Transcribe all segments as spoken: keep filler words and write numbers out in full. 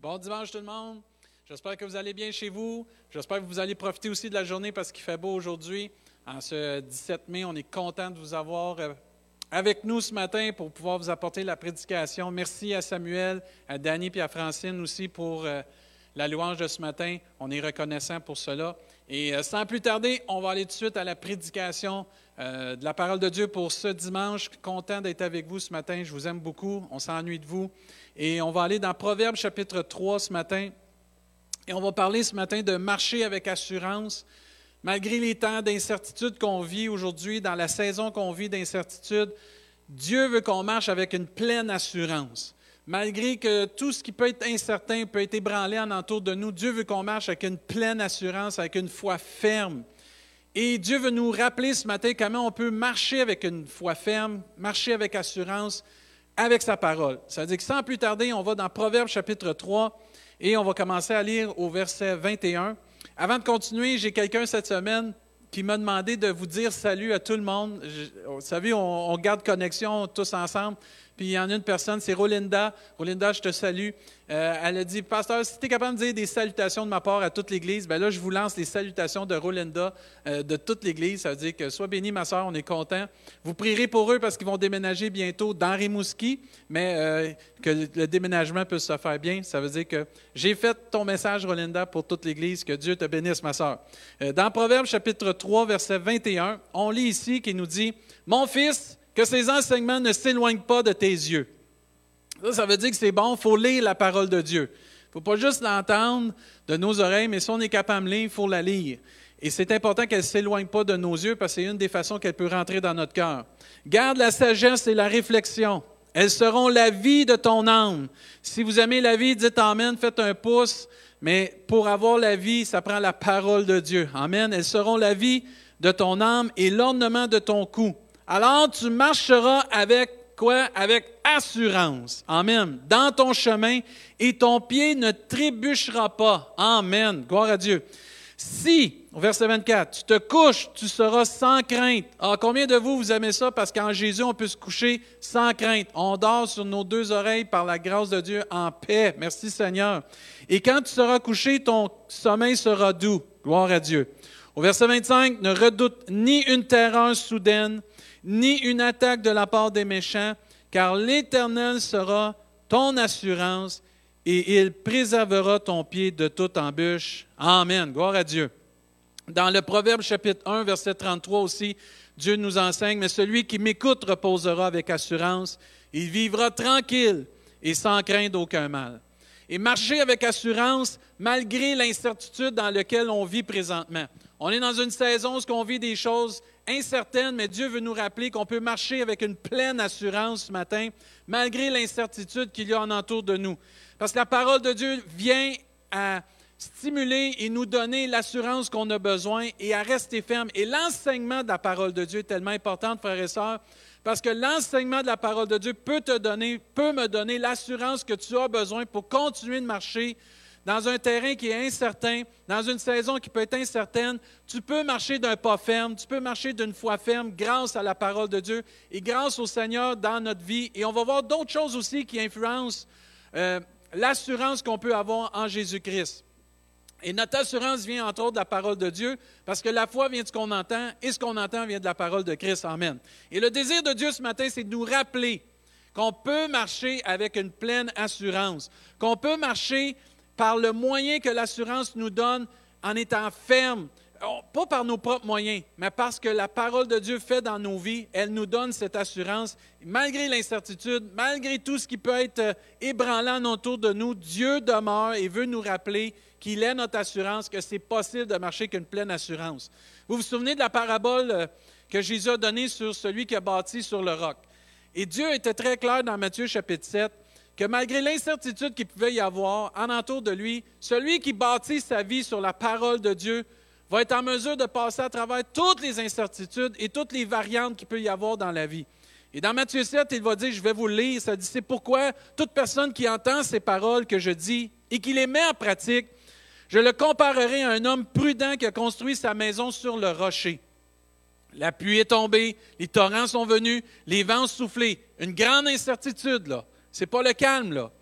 Bon dimanche tout le monde. J'espère que vous allez bien chez vous. J'espère que vous allez profiter aussi de la journée parce qu'il fait beau aujourd'hui. En ce dix-sept mai, on est content de vous avoir avec nous ce matin pour pouvoir vous apporter la prédication. Merci à Samuel, à Danny et à Francine aussi pour la louange de ce matin. On est reconnaissant pour cela. Et sans plus tarder, on va aller tout de suite à la prédication euh, de la parole de Dieu pour ce dimanche. Content d'être avec vous ce matin. Je vous aime beaucoup. On s'ennuie de vous. Et on va aller dans Proverbes chapitre trois ce matin. Et on va parler ce matin de marcher avec assurance. Malgré les temps d'incertitude qu'on vit aujourd'hui, dans la saison qu'on vit d'incertitude, Dieu veut qu'on marche avec une pleine assurance. Malgré que tout ce qui peut être incertain peut être ébranlé en entour de nous, Dieu veut qu'on marche avec une pleine assurance, avec une foi ferme. Et Dieu veut nous rappeler ce matin comment on peut marcher avec une foi ferme, marcher avec assurance, avec sa parole. Ça veut dire que sans plus tarder, on va dans Proverbes chapitre trois et on va commencer à lire au verset vingt et un. Avant de continuer, j'ai quelqu'un cette semaine qui m'a demandé de vous dire salut à tout le monde. Je, vous savez, on, on garde connexion tous ensemble. Puis il y en a une personne, c'est Rolinda. Rolinda, je te salue. Euh, elle a dit, pasteur, si tu es capable de dire des salutations de ma part à toute l'Église, bien là, je vous lance les salutations de Rolinda, euh, de toute l'Église. Ça veut dire que sois béni, ma sœur, on est content. Vous prierez pour eux parce qu'ils vont déménager bientôt dans Rimouski, mais euh, que le déménagement puisse se faire bien. Ça veut dire que j'ai fait ton message, Rolinda, pour toute l'Église. Que Dieu te bénisse, ma sœur. Euh, dans Proverbes chapitre trois, verset vingt et un, on lit ici qui nous dit, « Mon fils, que ces enseignements ne s'éloignent pas de tes yeux. » Ça, ça veut dire que c'est bon, il faut lire la parole de Dieu. Il ne faut pas juste l'entendre de nos oreilles, mais si on est capable de lire, il faut la lire. Et c'est important qu'elle ne s'éloigne pas de nos yeux parce que c'est une des façons qu'elle peut rentrer dans notre cœur. Garde la sagesse et la réflexion. Elles seront la vie de ton âme. Si vous aimez la vie, dites Amen, faites un pouce. Mais pour avoir la vie, ça prend la parole de Dieu. Amen. Elles seront la vie de ton âme et l'ornement de ton cou. Alors, tu marcheras avec quoi? Avec assurance. Amen. Dans ton chemin et ton pied ne trébuchera pas. Amen. Gloire à Dieu. Si, au verset vingt-quatre, tu te couches, tu seras sans crainte. Alors, combien de vous, vous aimez ça? Parce qu'en Jésus, on peut se coucher sans crainte. On dort sur nos deux oreilles par la grâce de Dieu en paix. Merci Seigneur. Et quand tu seras couché, ton sommeil sera doux. Gloire à Dieu. Au verset vingt-cinq, ne redoute ni une terreur soudaine, ni une attaque de la part des méchants, car l'Éternel sera ton assurance et il préservera ton pied de toute embûche. Amen. Gloire à Dieu. Dans le Proverbe chapitre un, verset trente-trois aussi, Dieu nous enseigne, « Mais celui qui m'écoute reposera avec assurance, il vivra tranquille et sans crainte d'aucun mal. » Et marcher avec assurance malgré l'incertitude dans laquelle on vit présentement. On est dans une saison où on vit des choses incertaines, mais Dieu veut nous rappeler qu'on peut marcher avec une pleine assurance ce matin, malgré l'incertitude qu'il y a en entour de nous. Parce que la parole de Dieu vient à stimuler et nous donner l'assurance qu'on a besoin et à rester ferme. Et l'enseignement de la parole de Dieu est tellement important, frères et sœurs, parce que l'enseignement de la parole de Dieu peut te donner, peut me donner l'assurance que tu as besoin pour continuer de marcher dans un terrain qui est incertain, dans une saison qui peut être incertaine. Tu peux marcher d'un pas ferme, tu peux marcher d'une foi ferme grâce à la parole de Dieu et grâce au Seigneur dans notre vie. Et on va voir d'autres choses aussi qui influencent euh, l'assurance qu'on peut avoir en Jésus-Christ. Et notre assurance vient entre autres de la parole de Dieu, parce que la foi vient de ce qu'on entend, et ce qu'on entend vient de la parole de Christ. Amen. Et le désir de Dieu ce matin, c'est de nous rappeler qu'on peut marcher avec une pleine assurance, qu'on peut marcher par le moyen que l'assurance nous donne en étant ferme, pas par nos propres moyens, mais parce que la parole de Dieu fait dans nos vies, elle nous donne cette assurance. Malgré l'incertitude, malgré tout ce qui peut être ébranlant autour de nous, Dieu demeure et veut nous rappeler qu'il est notre assurance, que c'est possible de marcher qu'une pleine assurance. Vous vous souvenez de la parabole que Jésus a donnée sur celui qui a bâti sur le roc. Et Dieu était très clair dans Matthieu chapitre sept, que malgré l'incertitude qu'il pouvait y avoir en entour de lui, celui qui bâtit sa vie sur la parole de Dieu va être en mesure de passer à travers toutes les incertitudes et toutes les variantes qu'il peut y avoir dans la vie. Et dans Matthieu sept, il va dire, je vais vous le lire, ça dit, c'est pourquoi toute personne qui entend ces paroles que je dis et qui les met en pratique, je le comparerai à un homme prudent qui a construit sa maison sur le rocher. La pluie est tombée, les torrents sont venus, les vents ont soufflé. Une grande incertitude, là. C'est pas le calme, là.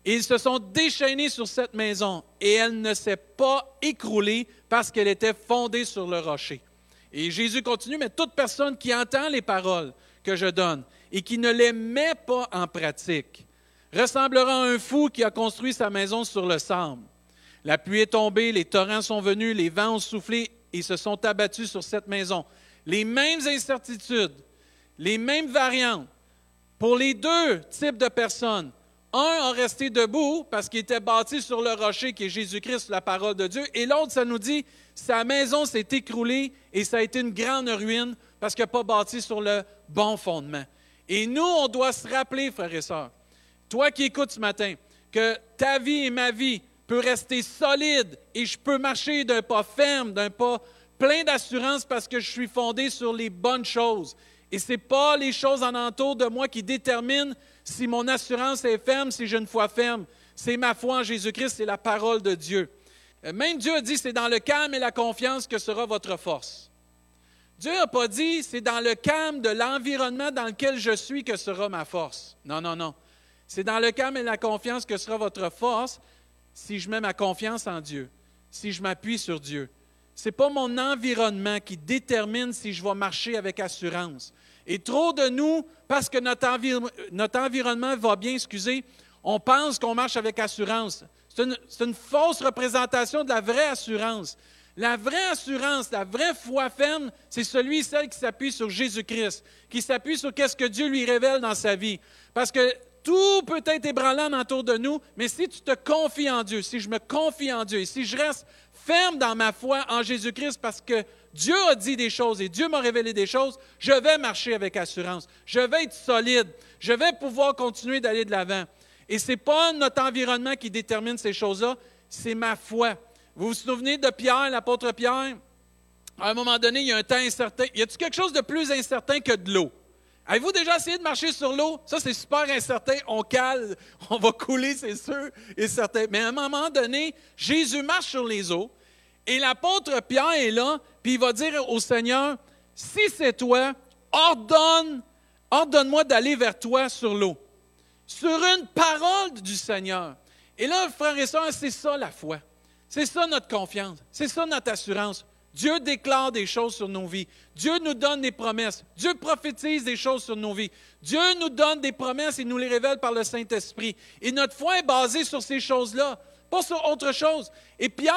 Et ils se sont déchaînés sur cette maison, et elle ne s'est pas écroulée parce qu'elle était fondée sur le rocher. Et Jésus continue, mais toute personne qui entend les paroles que je donne et qui ne les met pas en pratique ressemblera à un fou qui a construit sa maison sur le sable. La pluie est tombée, les torrents sont venus, les vents ont soufflé et se sont abattus sur cette maison. Les mêmes incertitudes, les mêmes variantes pour les deux types de personnes. Un a resté debout parce qu'il était bâti sur le rocher qui est Jésus-Christ, la parole de Dieu. Et l'autre, ça nous dit, sa maison s'est écroulée et ça a été une grande ruine parce qu'elle n'a pas bâti sur le bon fondement. Et nous, on doit se rappeler, frères et sœurs, toi qui écoutes ce matin, que ta vie et ma vie peut rester solide et je peux marcher d'un pas ferme, d'un pas plein d'assurance parce que je suis fondé sur les bonnes choses. Et ce n'est pas les choses en entour de moi qui déterminent si mon assurance est ferme, si j'ai une foi ferme. C'est ma foi en Jésus-Christ, c'est la parole de Dieu. Même Dieu a dit, c'est dans le calme et la confiance que sera votre force. Dieu n'a pas dit, c'est dans le calme de l'environnement dans lequel je suis que sera ma force. Non, non, non. C'est dans le calme et la confiance que sera votre force si je mets ma confiance en Dieu, si je m'appuie sur Dieu. Ce n'est pas mon environnement qui détermine si je vais marcher avec assurance. Et trop de nous, parce que notre, envir- notre environnement va bien, excusez, on pense qu'on marche avec assurance. C'est une, c'est une fausse représentation de la vraie assurance. La vraie assurance, la vraie foi ferme, c'est celui et celle qui s'appuie sur Jésus-Christ, qui s'appuie sur ce que Dieu lui révèle dans sa vie. Parce que tout peut être ébranlant autour de nous, mais si tu te confies en Dieu, si je me confie en Dieu, et si je reste ferme dans ma foi en Jésus-Christ parce que Dieu a dit des choses et Dieu m'a révélé des choses, je vais marcher avec assurance. Je vais être solide. Je vais pouvoir continuer d'aller de l'avant. Et ce n'est pas notre environnement qui détermine ces choses-là, c'est ma foi. Vous vous souvenez de Pierre, l'apôtre Pierre? À un moment donné, il y a un temps incertain. Y a-t-il quelque chose de plus incertain que de l'eau? Avez-vous déjà essayé de marcher sur l'eau? Ça, c'est super incertain. On cale, on va couler, c'est sûr et certain. Mais à un moment donné, Jésus marche sur les eaux et l'apôtre Pierre est là, puis il va dire au Seigneur, « Si c'est toi, ordonne, ordonne-moi d'aller vers toi sur l'eau. » Sur une parole du Seigneur. Et là, frères et sœurs, c'est ça la foi. C'est ça notre confiance. C'est ça notre assurance. Dieu déclare des choses sur nos vies. Dieu nous donne des promesses. Dieu prophétise des choses sur nos vies. Dieu nous donne des promesses et nous les révèle par le Saint-Esprit. Et notre foi est basée sur ces choses-là, pas sur autre chose. Et Pierre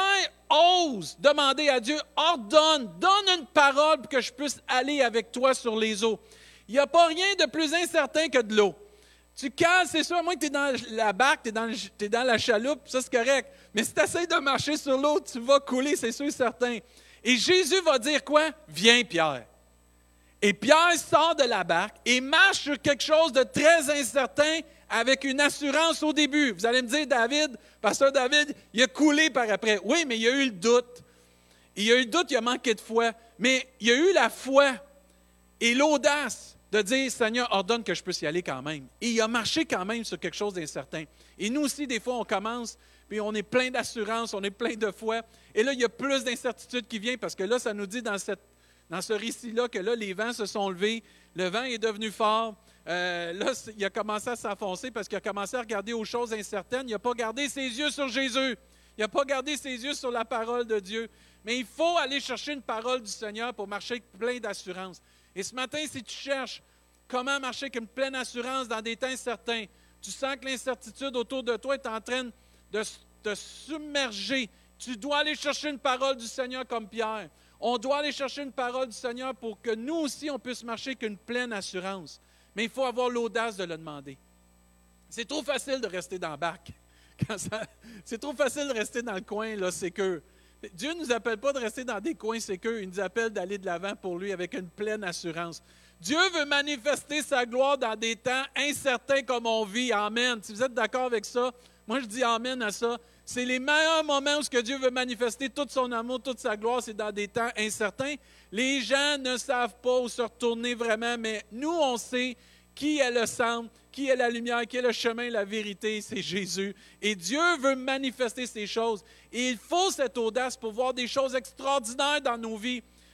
ose demander à Dieu, ordonne, donne une parole pour que je puisse aller avec toi sur les eaux. Il n'y a pas rien de plus incertain que de l'eau. Tu cales, c'est sûr, à moins que tu es dans la barque, tu es dans, le, t'es dans la chaloupe, ça c'est correct. Mais si tu essaies de marcher sur l'eau, tu vas couler, c'est sûr et certain. Et Jésus va dire quoi? Viens, Pierre. Et Pierre sort de la barque et marche sur quelque chose de très incertain avec une assurance au début. Vous allez me dire, David, pasteur David, il a coulé par après. Oui, mais il y a eu le doute. Il y a eu le doute, il a manqué de foi. Mais il y a eu la foi et l'audace de dire, Seigneur, ordonne que je puisse y aller quand même. Et il a marché quand même sur quelque chose d'incertain. Et nous aussi, des fois, on commence, puis on est plein d'assurance, on est plein de foi. Et là, il y a plus d'incertitude qui vient parce que là, ça nous dit dans, cette, dans ce récit-là que là, les vents se sont levés, le vent est devenu fort. Euh, là, il a commencé à s'enfoncer parce qu'il a commencé à regarder aux choses incertaines. Il n'a pas gardé ses yeux sur Jésus. Il n'a pas gardé ses yeux sur la parole de Dieu. Mais il faut aller chercher une parole du Seigneur pour marcher avec plein d'assurance. Et ce matin, si tu cherches comment marcher avec une pleine assurance dans des temps incertains, tu sens que l'incertitude autour de toi est en train de te submerger. Tu dois aller chercher une parole du Seigneur comme Pierre. On doit aller chercher une parole du Seigneur pour que nous aussi, on puisse marcher avec une pleine assurance. Mais il faut avoir l'audace de le demander. C'est trop facile de rester dans la barque. Quand ça, c'est trop facile de rester dans le coin, là, sécure. Dieu ne nous appelle pas de rester dans des coins sécures. Il nous appelle d'aller de l'avant pour lui avec une pleine assurance. Dieu veut manifester sa gloire dans des temps incertains comme on vit. Amen. Si vous êtes d'accord avec ça, moi je dis amen à ça. C'est les meilleurs moments où ce que Dieu veut manifester tout son amour, toute sa gloire, c'est dans des temps incertains. Les gens ne savent pas où se retourner vraiment, mais nous, on sait qui est le centre, qui est la lumière, qui est le chemin, la vérité, c'est Jésus. Et Dieu veut manifester ces choses. Et il faut cette audace pour voir des choses extraordinaires dans nos vies.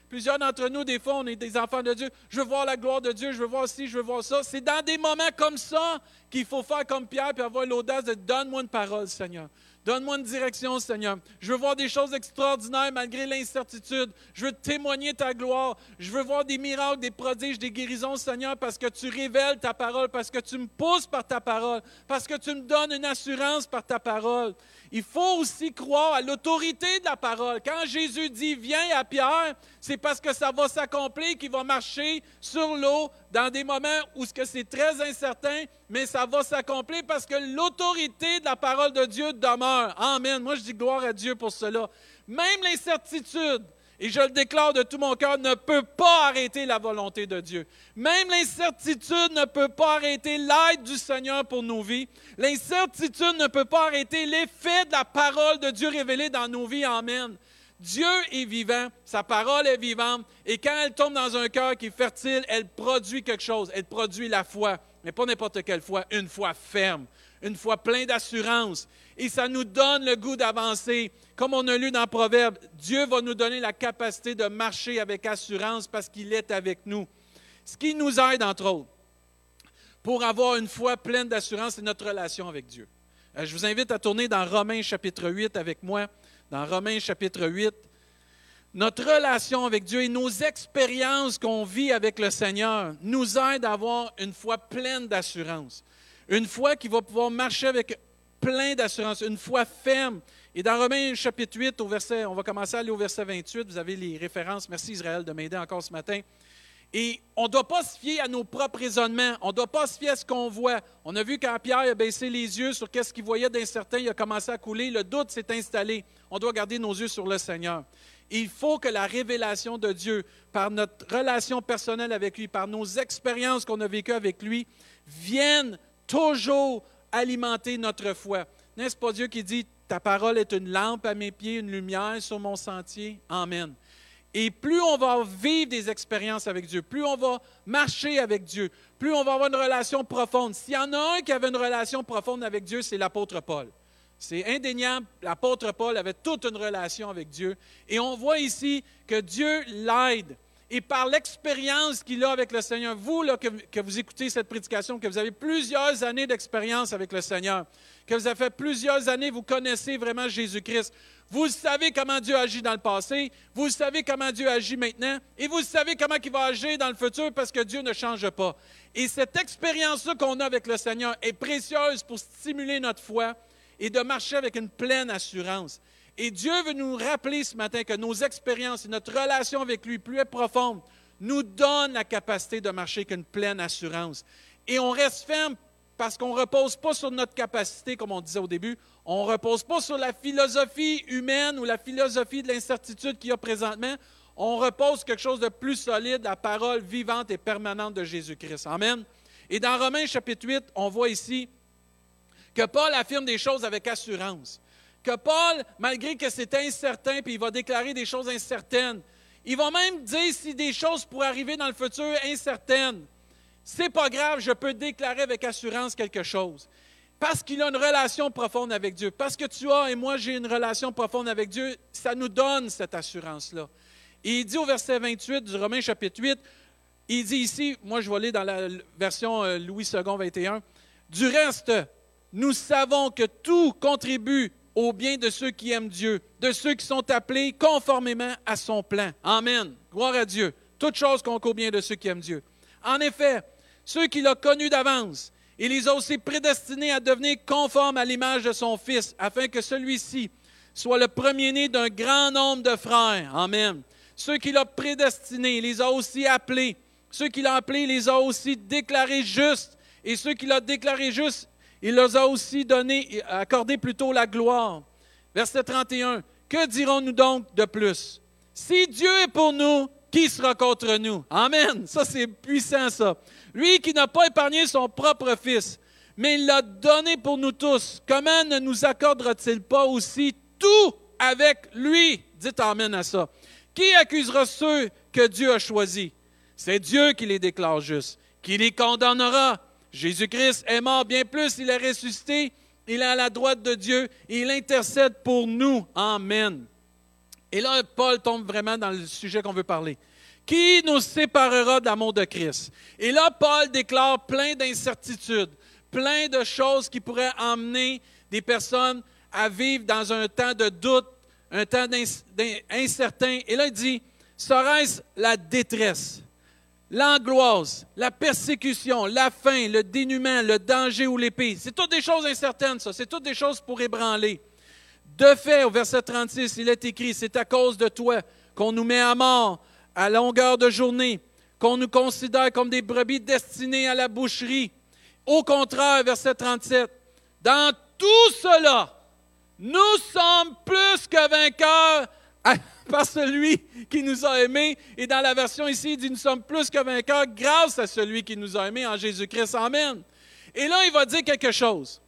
Plusieurs d'entre nous, des fois, on est des enfants de Dieu. Je veux voir la gloire de Dieu, je veux voir ci, je veux voir ça. C'est dans des moments comme ça qu'il faut faire comme Pierre et avoir l'audace de « Donne-moi une parole, Seigneur. Donne-moi une direction, Seigneur. Je veux voir des choses extraordinaires malgré l'incertitude. Je veux témoigner ta gloire. Je veux voir des miracles, des prodiges, des guérisons, Seigneur, parce que tu révèles ta parole, parce que tu me pousses par ta parole, parce que tu me donnes une assurance par ta parole. » Il faut aussi croire à l'autorité de la parole. Quand Jésus dit « Viens à Pierre », c'est parce que ça va s'accomplir, qu'il va marcher sur l'eau dans des moments où c'est très incertain, mais ça va s'accomplir parce que l'autorité de la parole de Dieu demeure. Amen. Moi, je dis gloire à Dieu pour cela. Même l'incertitude, et je le déclare de tout mon cœur, ne peut pas arrêter la volonté de Dieu. Même l'incertitude ne peut pas arrêter l'aide du Seigneur pour nos vies. L'incertitude ne peut pas arrêter l'effet de la parole de Dieu révélée dans nos vies. Amen. Dieu est vivant, sa parole est vivante, et quand elle tombe dans un cœur qui est fertile, elle produit quelque chose. Elle produit la foi, mais pas n'importe quelle foi, une foi ferme, une foi pleine d'assurance. Et ça nous donne le goût d'avancer. Comme on a lu dans Proverbe, Dieu va nous donner la capacité de marcher avec assurance parce qu'il est avec nous. Ce qui nous aide, entre autres, pour avoir une foi pleine d'assurance, c'est notre relation avec Dieu. Je vous invite à tourner dans Romains chapitre huit avec moi. Dans Romains chapitre huit, notre relation avec Dieu et nos expériences qu'on vit avec le Seigneur nous aident à avoir une foi pleine d'assurance. Une foi qui va pouvoir marcher avec plein d'assurance, une foi ferme. Et dans Romains chapitre huit, au verset, on va commencer à aller au verset vingt-huit, vous avez les références. Merci Israël de m'aider encore ce matin. Et on ne doit pas se fier à nos propres raisonnements, on ne doit pas se fier à ce qu'on voit. On a vu quand Pierre a baissé les yeux sur ce qu'il voyait d'incertain, il a commencé à couler, le doute s'est installé. On doit garder nos yeux sur le Seigneur. Il faut que la révélation de Dieu, par notre relation personnelle avec lui, par nos expériences qu'on a vécues avec lui, vienne toujours alimenter notre foi. N'est-ce pas Dieu qui dit « Ta parole est une lampe à mes pieds, une lumière sur mon sentier? » Amen. Et plus on va vivre des expériences avec Dieu, plus on va marcher avec Dieu, plus on va avoir une relation profonde. S'il y en a un qui avait une relation profonde avec Dieu, c'est l'apôtre Paul. C'est indéniable, l'apôtre Paul avait toute une relation avec Dieu. Et on voit ici que Dieu l'aide. Et par l'expérience qu'il a avec le Seigneur, vous là, que, que vous écoutez cette prédication, que vous avez plusieurs années d'expérience avec le Seigneur, que vous avez fait plusieurs années, vous connaissez vraiment Jésus-Christ. Vous savez comment Dieu agit dans le passé, vous savez comment Dieu agit maintenant, et vous savez comment il va agir dans le futur parce que Dieu ne change pas. Et cette expérience-là qu'on a avec le Seigneur est précieuse pour stimuler notre foi et de marcher avec une pleine assurance. Et Dieu veut nous rappeler ce matin que nos expériences et notre relation avec lui, plus profonde, nous donne la capacité de marcher avec une pleine assurance. Et on reste ferme parce qu'on ne repose pas sur notre capacité, comme on disait au début, on ne repose pas sur la philosophie humaine ou la philosophie de l'incertitude qu'il y a présentement, on repose quelque chose de plus solide, la parole vivante et permanente de Jésus-Christ. Amen. Et dans Romains chapitre huit, on voit ici que Paul affirme des choses avec assurance. Que Paul, malgré que c'est incertain, puis il va déclarer des choses incertaines, il va même dire si des choses pourraient arriver dans le futur incertaines. C'est pas grave, je peux déclarer avec assurance quelque chose. Parce qu'il a une relation profonde avec Dieu. Parce que tu as et moi, j'ai une relation profonde avec Dieu, ça nous donne cette assurance-là. Et il dit au verset vingt-huit du Romains chapitre huit, il dit ici, moi je vais aller dans la version Louis second vingt et un, « Du reste, nous savons que tout contribue au bien de ceux qui aiment Dieu, de ceux qui sont appelés conformément à son plan. » Amen. Gloire à Dieu. Toutes choses concourent au bien de ceux qui aiment Dieu. En effet, ceux qu'il a connus d'avance, il les a aussi prédestinés à devenir conformes à l'image de son Fils, afin que celui-ci soit le premier-né d'un grand nombre de frères. Amen. Ceux qu'il a prédestinés, il les a aussi appelés. Ceux qu'il a appelés, il les a aussi déclarés justes. Et ceux qu'il a déclarés justes, il leur a aussi donné, accordé plutôt la gloire. Verset trente et un. Que dirons-nous donc de plus? Si Dieu est pour nous, qui sera contre nous? Amen. Ça, c'est puissant, ça. Lui qui n'a pas épargné son propre Fils, mais il l'a donné pour nous tous. Comment ne nous accordera-t-il pas aussi tout avec lui? Dites amen à ça. Qui accusera ceux que Dieu a choisis? C'est Dieu qui les déclare justes. Qui les condamnera? Jésus-Christ est mort bien plus, il est ressuscité, il est à la droite de Dieu et il intercède pour nous. Amen. Et là, Paul tombe vraiment dans le sujet qu'on veut parler. Qui nous séparera de l'amour de Christ? Et là, Paul déclare plein d'incertitudes, plein de choses qui pourraient emmener des personnes à vivre dans un temps de doute, un temps incertain. Et là, il dit, serait-ce la détresse, l'angoisse, la persécution, la faim, le dénuement, le danger ou l'épée? C'est toutes des choses incertaines, ça. C'est toutes des choses pour ébranler. De fait, au verset trente-six, il est écrit, c'est à cause de toi qu'on nous met à mort à longueur de journée, qu'on nous considère comme des brebis destinées à la boucherie. Au contraire, verset trente-sept, dans tout cela, nous sommes plus que vainqueurs par celui qui nous a aimés. Et dans la version ici, il dit, nous sommes plus que vainqueurs grâce à celui qui nous a aimés en Jésus-Christ. Amen. Et là, il va dire quelque chose.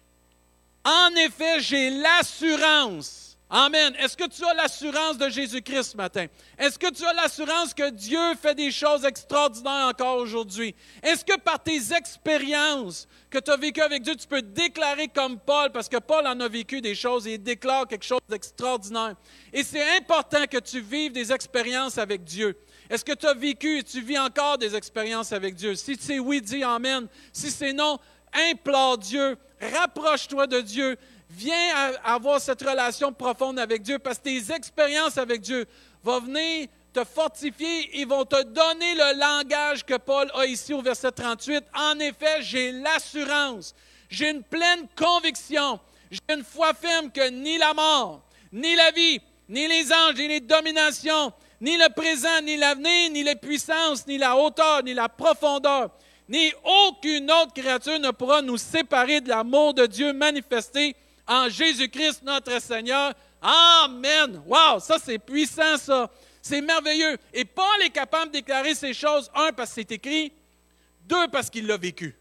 En effet, j'ai l'assurance. Amen. Est-ce que tu as l'assurance de Jésus-Christ ce matin? Est-ce que tu as l'assurance que Dieu fait des choses extraordinaires encore aujourd'hui? Est-ce que par tes expériences que tu as vécues avec Dieu, tu peux déclarer comme Paul, parce que Paul en a vécu des choses et il déclare quelque chose d'extraordinaire. Et c'est important que tu vives des expériences avec Dieu. Est-ce que tu as vécu et tu vis encore des expériences avec Dieu? Si c'est oui, dis Amen. Si c'est non, implore Dieu, rapproche-toi de Dieu. Viens à avoir cette relation profonde avec Dieu parce que tes expériences avec Dieu vont venir te fortifier et vont te donner le langage que Paul a ici au verset trente-huit. En effet, j'ai l'assurance, j'ai une pleine conviction, j'ai une foi ferme que ni la mort, ni la vie, ni les anges, ni les dominations, ni le présent, ni l'avenir, ni les puissances, ni la hauteur, ni la profondeur, ni aucune autre créature ne pourra nous séparer de l'amour de Dieu manifesté en Jésus-Christ, notre Seigneur. Amen! Wow! Ça, c'est puissant, ça. C'est merveilleux. Et Paul est capable de déclarer ces choses, un, parce que c'est écrit, deux, parce qu'il l'a vécu.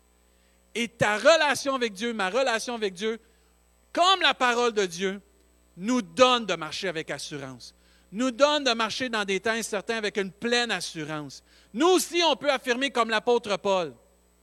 Et ta relation avec Dieu, ma relation avec Dieu, comme la parole de Dieu, nous donne de marcher avec assurance. Nous donne de marcher dans des temps incertains avec une pleine assurance. Nous aussi, on peut affirmer comme l'apôtre Paul,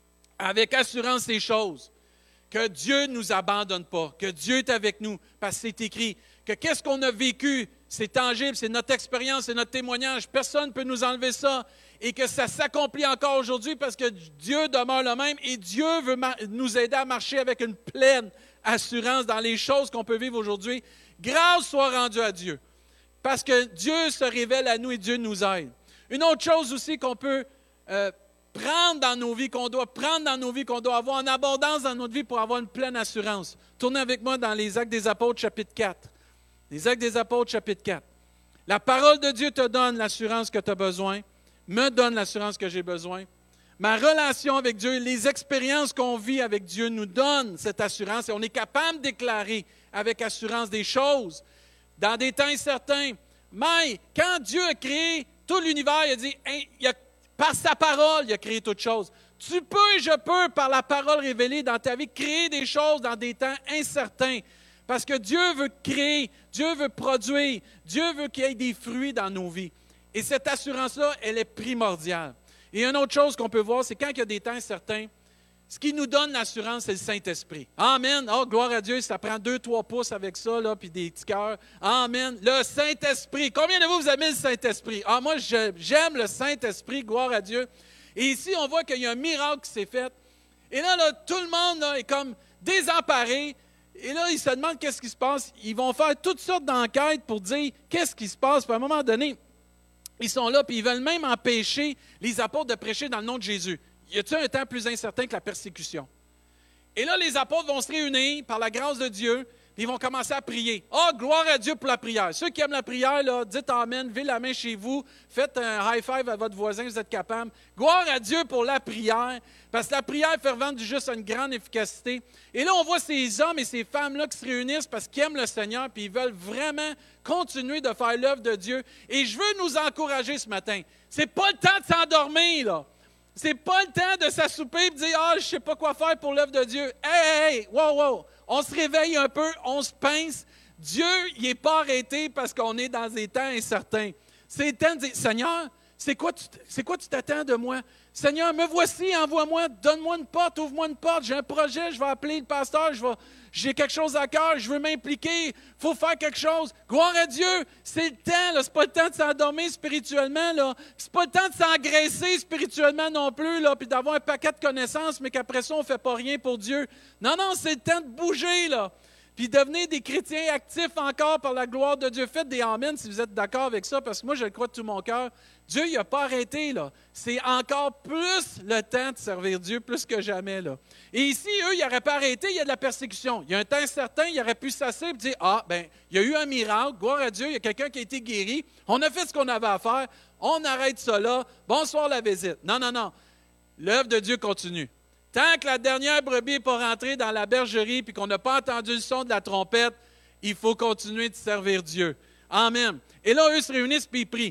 avec assurance ces choses, que Dieu ne nous abandonne pas, que Dieu est avec nous, parce que c'est écrit, que qu'est-ce qu'on a vécu, c'est tangible, c'est notre expérience, c'est notre témoignage, personne ne peut nous enlever ça, et que ça s'accomplit encore aujourd'hui parce que Dieu demeure le même, et Dieu veut nous aider à marcher avec une pleine assurance dans les choses qu'on peut vivre aujourd'hui. Grâce soit rendue à Dieu, parce que Dieu se révèle à nous et Dieu nous aide. Une autre chose aussi qu'on peut euh, prendre dans nos vies, qu'on doit prendre dans nos vies, qu'on doit avoir en abondance dans notre vie pour avoir une pleine assurance. Tournez avec moi dans les Actes des Apôtres, chapitre quatre. Les Actes des Apôtres, chapitre quatre. La parole de Dieu te donne l'assurance que tu as besoin, me donne l'assurance que j'ai besoin. Ma relation avec Dieu, les expériences qu'on vit avec Dieu nous donnent cette assurance et on est capable de déclarer avec assurance des choses dans des temps incertains. Mais quand Dieu a créé tout l'univers, il a dit, hey, il a par sa parole, il a créé toutes choses. Tu peux et je peux, par la parole révélée dans ta vie, créer des choses dans des temps incertains. Parce que Dieu veut créer, Dieu veut produire, Dieu veut qu'il y ait des fruits dans nos vies. Et cette assurance-là, elle est primordiale. Et une autre chose qu'on peut voir, c'est quand il y a des temps incertains, ce qui nous donne l'assurance, c'est le Saint-Esprit. Amen. Oh, gloire à Dieu, ça prend deux, trois pouces avec ça, là, puis des petits cœurs. Amen. Le Saint-Esprit. Combien de vous, vous aimez le Saint-Esprit? Ah, moi, je, j'aime le Saint-Esprit, gloire à Dieu. Et ici, on voit qu'il y a un miracle qui s'est fait. Et là, là tout le monde là, est comme désemparé. Et là, ils se demandent qu'est-ce qui se passe. Ils vont faire toutes sortes d'enquêtes pour dire qu'est-ce qui se passe. Puis à un moment donné, ils sont là, puis ils veulent même empêcher les apôtres de prêcher dans le nom de Jésus. Y a-t-il un temps plus incertain que la persécution? Et là, les apôtres vont se réunir par la grâce de Dieu, puis ils vont commencer à prier. Oh, gloire à Dieu pour la prière. Ceux qui aiment la prière, là, dites Amen, levez la main chez vous, faites un high five à votre voisin, vous êtes capable. Gloire à Dieu pour la prière, parce que la prière fervente du juste a une grande efficacité. Et là, on voit ces hommes et ces femmes-là qui se réunissent parce qu'ils aiment le Seigneur, puis ils veulent vraiment continuer de faire l'œuvre de Dieu. Et je veux nous encourager ce matin. C'est pas le temps de s'endormir, là. C'est pas le temps de s'assouper et de dire « Ah, je ne sais pas quoi faire pour l'œuvre de Dieu. » Hey, hey, hey, wow, wow. On se réveille un peu, on se pince. Dieu, il n'est pas arrêté parce qu'on est dans des temps incertains. C'est le temps de dire « Seigneur, C'est quoi, tu, c'est quoi tu t'attends de moi? Seigneur, me voici, envoie-moi, donne-moi une porte, ouvre-moi une porte, j'ai un projet, je vais appeler le pasteur, je vais, j'ai quelque chose à cœur, je veux m'impliquer, il faut faire quelque chose. Gloire à Dieu, c'est le temps, là, c'est pas le temps de s'endormir spirituellement, là. C'est pas le temps de s'engraisser spirituellement non plus, là, puis d'avoir un paquet de connaissances, mais qu'après ça, on ne fait pas rien pour Dieu. Non, non, c'est le temps de bouger, là. Puis devenez des chrétiens actifs encore par la gloire de Dieu. Faites des amens si vous êtes d'accord avec ça, parce que moi, je le crois de tout mon cœur. Dieu, il n'a pas arrêté, là. C'est encore plus le temps de servir Dieu, plus que jamais, là. Et ici, eux, ils n'auraient pas arrêté, il y a de la persécution. Il y a un temps certain, ils auraient pu s'asseoir et dire, ah, ben, il y a eu un miracle, gloire à Dieu, il y a quelqu'un qui a été guéri, on a fait ce qu'on avait à faire, on arrête ça là, bonsoir la visite. Non, non, non. L'œuvre de Dieu continue. Tant que la dernière brebis n'est pas rentrée dans la bergerie et qu'on n'a pas entendu le son de la trompette, il faut continuer de servir Dieu. Amen. Et là, eux se réunissent et ils prient.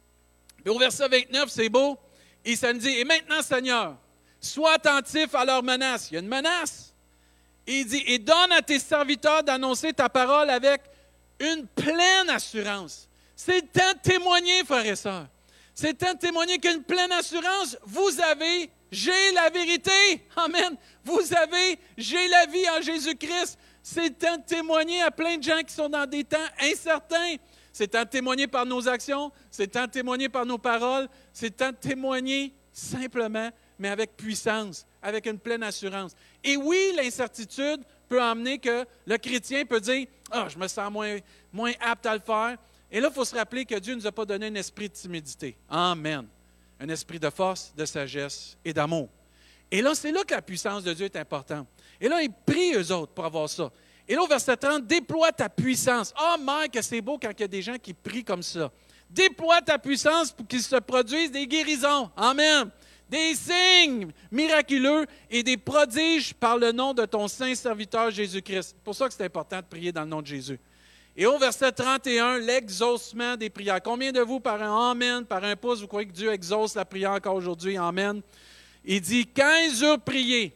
Et au verset vingt-neuf, c'est beau, et ça nous dit, « Et maintenant, Seigneur, sois attentif à leurs menaces. » Il y a une menace. Et il dit, « Et donne à tes serviteurs d'annoncer ta parole avec une pleine assurance. » C'est le temps de témoigner, frères et sœurs. C'est le temps de témoigner qu'une pleine assurance, vous avez, j'ai la vérité. Amen. Vous avez, j'ai la vie en Jésus-Christ. C'est le temps de témoigner à plein de gens qui sont dans des temps incertains. C'est le temps de témoigner par nos actions. C'est le temps de témoigner par nos paroles. C'est le temps de témoigner simplement, mais avec puissance, avec une pleine assurance. Et oui, l'incertitude peut amener que le chrétien peut dire « Ah, je me sens moins, moins apte à le faire. » Et là, il faut se rappeler que Dieu ne nous a pas donné un esprit de timidité. Amen. Un esprit de force, de sagesse et d'amour. Et là, c'est là que la puissance de Dieu est importante. Et là, il prie eux autres pour avoir ça. Et là, au verset trente, « Déploie ta puissance. » Ah, mère, que c'est beau quand il y a des gens qui prient comme ça. « Déploie ta puissance pour qu'il se produise des guérisons. » Amen. Des signes miraculeux et des prodiges par le nom de ton saint serviteur Jésus-Christ. C'est pour ça que c'est important de prier dans le nom de Jésus. Et au verset trente et un, l'exaucement des prières. Combien de vous, par un Amen, par un pouce, vous croyez que Dieu exauce la prière encore aujourd'hui? Amen. Il dit, quand ils eurent prié,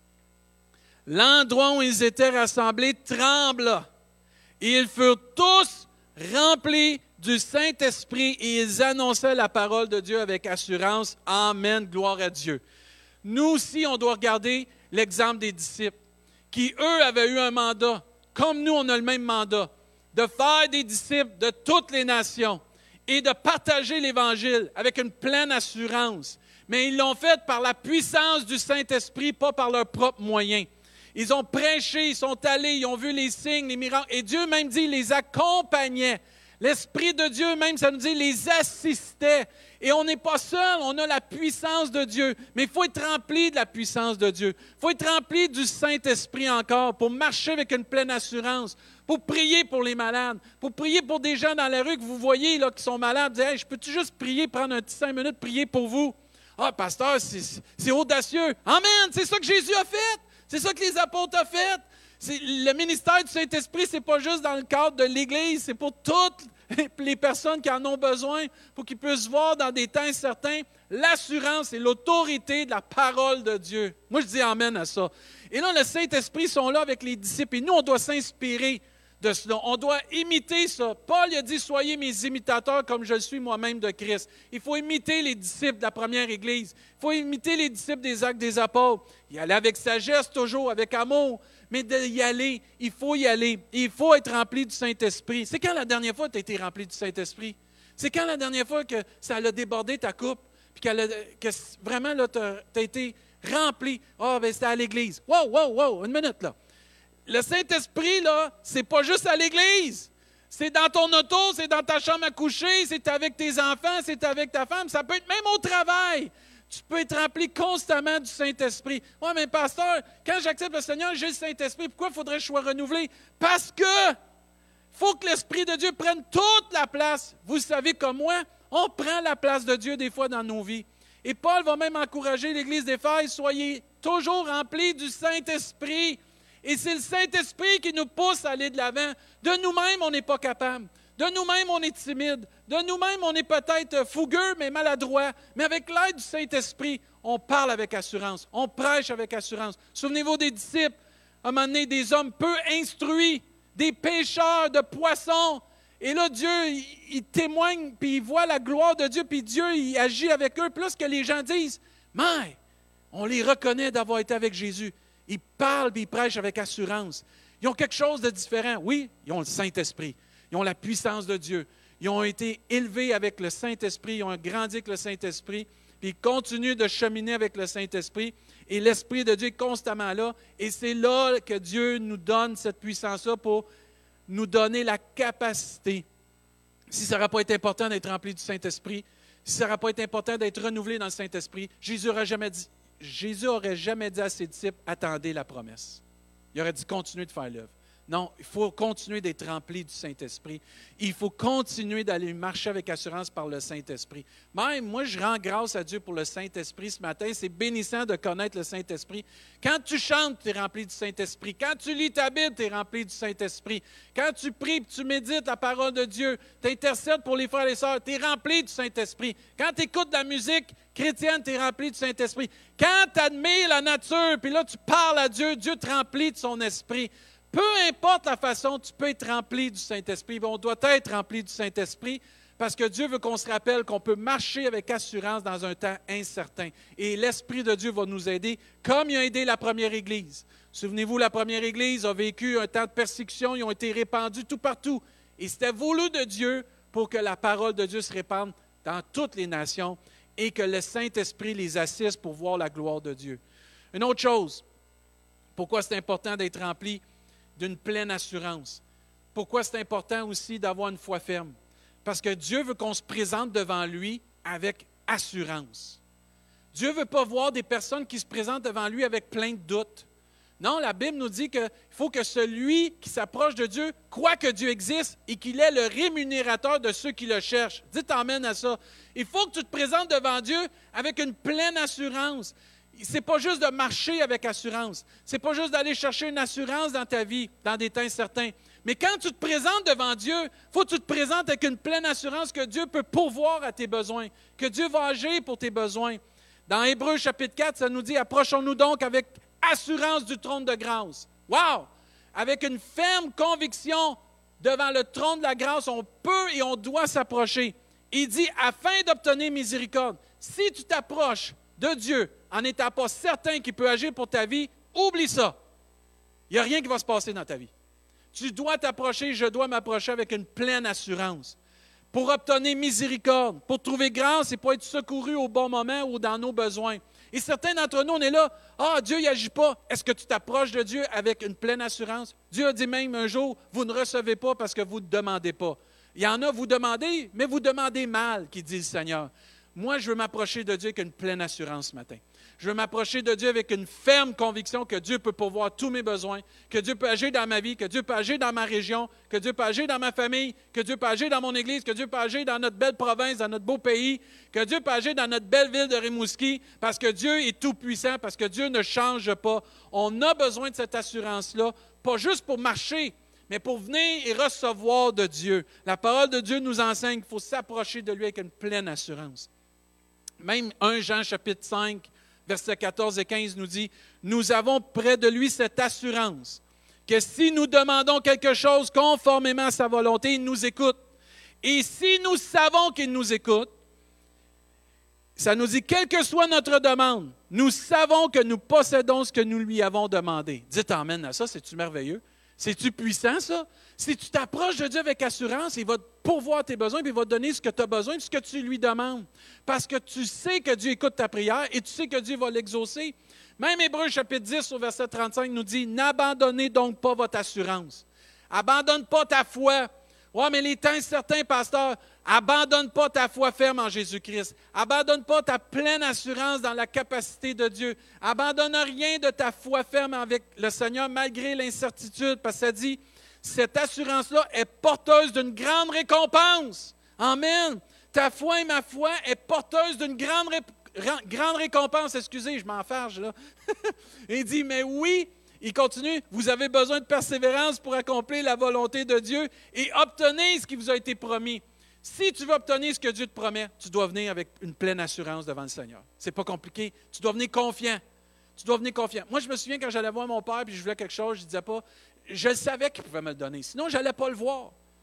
l'endroit où ils étaient rassemblés trembla. Et ils furent tous remplis du Saint-Esprit et ils annonçaient la parole de Dieu avec assurance. Amen, gloire à Dieu. Nous aussi, on doit regarder l'exemple des disciples qui, eux, avaient eu un mandat, comme nous, on a le même mandat, de faire des disciples de toutes les nations et de partager l'Évangile avec une pleine assurance. Mais ils l'ont fait par la puissance du Saint-Esprit, pas par leurs propres moyens. Ils ont prêché, ils sont allés, ils ont vu les signes, les miracles. Et Dieu même dit, il les accompagnait. L'Esprit de Dieu même, ça nous dit, les assistait. Et on n'est pas seul, on a la puissance de Dieu. Mais il faut être rempli de la puissance de Dieu. Il faut être rempli du Saint-Esprit encore pour marcher avec une pleine assurance, pour prier pour les malades, pour prier pour des gens dans la rue que vous voyez là, qui sont malades. Dire, hey, je peux-tu juste prier, prendre un petit cinq minutes, prier pour vous? Ah, pasteur, c'est, c'est audacieux. Amen, c'est ça que Jésus a fait. C'est ça que les apôtres ont fait. C'est, le ministère du Saint-Esprit, ce n'est pas juste dans le cadre de l'Église, c'est pour toutes les personnes qui en ont besoin, pour qu'ils puissent voir dans des temps incertains l'assurance et l'autorité de la parole de Dieu. Moi, je dis amen à ça. Et là, le Saint-Esprit sont là avec les disciples. Et nous, on doit s'inspirer de cela. On doit imiter ça. Paul a dit, soyez mes imitateurs comme je le suis moi-même de Christ. Il faut imiter les disciples de la première Église. Il faut imiter les disciples des Actes des Apôtres. Y aller avec sagesse toujours, avec amour. Mais d'y aller, il faut y aller. Il faut être rempli du Saint-Esprit. C'est quand la dernière fois que tu as été rempli du Saint-Esprit? C'est quand la dernière fois que ça a débordé ta coupe? Puis qu'elle a, que vraiment, tu as été rempli. Ah, oh, bien, c'était à l'Église. Wow, wow, wow, une minute, là. Le Saint-Esprit, là, c'est pas juste à l'Église. C'est dans ton auto, c'est dans ta chambre à coucher, c'est avec tes enfants, c'est avec ta femme. Ça peut être même au travail. Tu peux être rempli constamment du Saint-Esprit. Oui, mais pasteur, quand j'accepte le Seigneur, j'ai le Saint-Esprit. Pourquoi faudrait que je sois renouvelé? Parce que il faut que l'Esprit de Dieu prenne toute la place. Vous savez comme moi, on prend la place de Dieu des fois dans nos vies. Et Paul va même encourager l'Église d'Éphèse, soyez toujours remplis du Saint-Esprit. Et c'est le Saint-Esprit qui nous pousse à aller de l'avant. De nous-mêmes, on n'est pas capable. De nous-mêmes, on est timide. De nous-mêmes, on est peut-être fougueux, mais maladroit. Mais avec l'aide du Saint-Esprit, on parle avec assurance. On prêche avec assurance. Souvenez-vous des disciples, à un moment donné, des hommes peu instruits, des pêcheurs de poissons. Et là, Dieu, il, il témoigne, puis il voit la gloire de Dieu, puis Dieu, il agit avec eux. Puis là, ce que les gens disent, mais on les reconnaît d'avoir été avec Jésus. Ils parlent, puis ils prêchent avec assurance. Ils ont quelque chose de différent. Oui, ils ont le Saint-Esprit. Ils ont la puissance de Dieu. Ils ont été élevés avec le Saint-Esprit. Ils ont grandi avec le Saint-Esprit. Puis ils continuent de cheminer avec le Saint-Esprit. Et l'Esprit de Dieu est constamment là. Et c'est là que Dieu nous donne cette puissance-là pour nous donner la capacité. Si ça n'aurait pas été important d'être rempli du Saint-Esprit, si ça n'aurait pas été important d'être renouvelé dans le Saint-Esprit, Jésus n'aurait jamais dit, Jésus aurait jamais dit à ses disciples, attendez la promesse. Il aurait dit, continuez de faire l'œuvre. Non, il faut continuer d'être rempli du Saint-Esprit. Il faut continuer d'aller marcher avec assurance par le Saint-Esprit. Même, moi, je rends grâce à Dieu pour le Saint-Esprit ce matin. C'est bénissant de connaître le Saint-Esprit. Quand tu chantes, tu es rempli du Saint-Esprit. Quand tu lis ta Bible, tu es rempli du Saint-Esprit. Quand tu pries et tu médites la parole de Dieu, tu intercèdes pour les frères et les sœurs, tu es rempli du Saint-Esprit. Quand tu écoutes de la musique chrétienne, tu es rempli du Saint-Esprit. Quand tu admires la nature, puis là, tu parles à Dieu, Dieu te remplit de son esprit. Peu importe la façon, tu peux être rempli du Saint-Esprit. On doit être rempli du Saint-Esprit parce que Dieu veut qu'on se rappelle qu'on peut marcher avec assurance dans un temps incertain. Et l'Esprit de Dieu va nous aider, comme il a aidé la première Église. Souvenez-vous, la première Église a vécu un temps de persécution, ils ont été répandus tout partout. Et c'était voulu de Dieu pour que la parole de Dieu se répande dans toutes les nations et que le Saint-Esprit les assiste pour voir la gloire de Dieu. Une autre chose, pourquoi c'est important d'être rempli d'une pleine assurance. Pourquoi c'est important aussi d'avoir une foi ferme? Parce que Dieu veut qu'on se présente devant lui avec assurance. Dieu ne veut pas voir des personnes qui se présentent devant lui avec plein de doutes. Non, la Bible nous dit qu'il faut que celui qui s'approche de Dieu croit que Dieu existe et qu'il est le rémunérateur de ceux qui le cherchent. Dites amen à ça. Il faut que tu te présentes devant Dieu avec une pleine assurance. Ce n'est pas juste de marcher avec assurance. Ce n'est pas juste d'aller chercher une assurance dans ta vie, dans des temps incertains. Mais quand tu te présentes devant Dieu, il faut que tu te présentes avec une pleine assurance que Dieu peut pourvoir à tes besoins, que Dieu va agir pour tes besoins. Dans Hébreux chapitre quatre, ça nous dit « Approchons-nous donc avec assurance du trône de grâce. » Wow! Avec une ferme conviction devant le trône de la grâce, on peut et on doit s'approcher. Il dit « Afin d'obtenir miséricorde. » Si tu t'approches de Dieu en n'étant pas certain qu'il peut agir pour ta vie, oublie ça. Il n'y a rien qui va se passer dans ta vie. Tu dois t'approcher, je dois m'approcher avec une pleine assurance pour obtenir miséricorde, pour trouver grâce et pour être secouru au bon moment ou dans nos besoins. Et certains d'entre nous, on est là, « Ah, Dieu n'agit pas. » Est-ce que tu t'approches de Dieu avec une pleine assurance? Dieu a dit même un jour, « Vous ne recevez pas parce que vous ne demandez pas. » Il y en a, vous demandez, mais vous demandez mal, qui dit le Seigneur. Moi, je veux m'approcher de Dieu avec une pleine assurance ce matin. Je veux m'approcher de Dieu avec une ferme conviction que Dieu peut pourvoir tous mes besoins, que Dieu peut agir dans ma vie, que Dieu peut agir dans ma région, que Dieu peut agir dans ma famille, que Dieu peut agir dans mon Église, que Dieu peut agir dans notre belle province, dans notre beau pays, que Dieu peut agir dans notre belle ville de Rimouski, parce que Dieu est tout-puissant, parce que Dieu ne change pas. On a besoin de cette assurance-là, pas juste pour marcher, mais pour venir et recevoir de Dieu. La parole de Dieu nous enseigne qu'il faut s'approcher de lui avec une pleine assurance. Même premier Jean chapitre cinq, versets quatorze et quinze nous dit, « Nous avons près de lui cette assurance que si nous demandons quelque chose conformément à sa volonté, il nous écoute. Et si nous savons qu'il nous écoute, ça nous dit, quelle que soit notre demande, nous savons que nous possédons ce que nous lui avons demandé. » Dites amen à ça, c'est-tu merveilleux? C'est-tu puissant, ça? Si tu t'approches de Dieu avec assurance, il va te pourvoir tes besoins, puis il va te donner ce que tu as besoin, puis ce que tu lui demandes. Parce que tu sais que Dieu écoute ta prière et tu sais que Dieu va l'exaucer. Même Hébreux chapitre dix, au verset trente-cinq, nous dit « N'abandonnez donc pas votre assurance. Abandonne pas ta foi. » Ouais, mais les temps incertains, pasteur, abandonne pas ta foi ferme en Jésus-Christ. Abandonne pas ta pleine assurance dans la capacité de Dieu. Abandonne rien de ta foi ferme avec le Seigneur malgré l'incertitude, parce que ça dit, cette assurance-là est porteuse d'une grande récompense. Amen. Ta foi et ma foi est porteuse d'une grande, ré... grande récompense. Excusez, je m'enfarge là. Il dit, mais oui, il continue, vous avez besoin de persévérance pour accomplir la volonté de Dieu et obtenir ce qui vous a été promis. Si tu veux obtenir ce que Dieu te promet, tu dois venir avec une pleine assurance devant le Seigneur. Ce n'est pas compliqué. Tu dois venir confiant. Tu dois venir confiant. Moi, je me souviens quand j'allais voir mon père et je voulais quelque chose, je ne disais pas, je savais qu'il pouvait me le donner. Sinon, je n'allais pas le voir.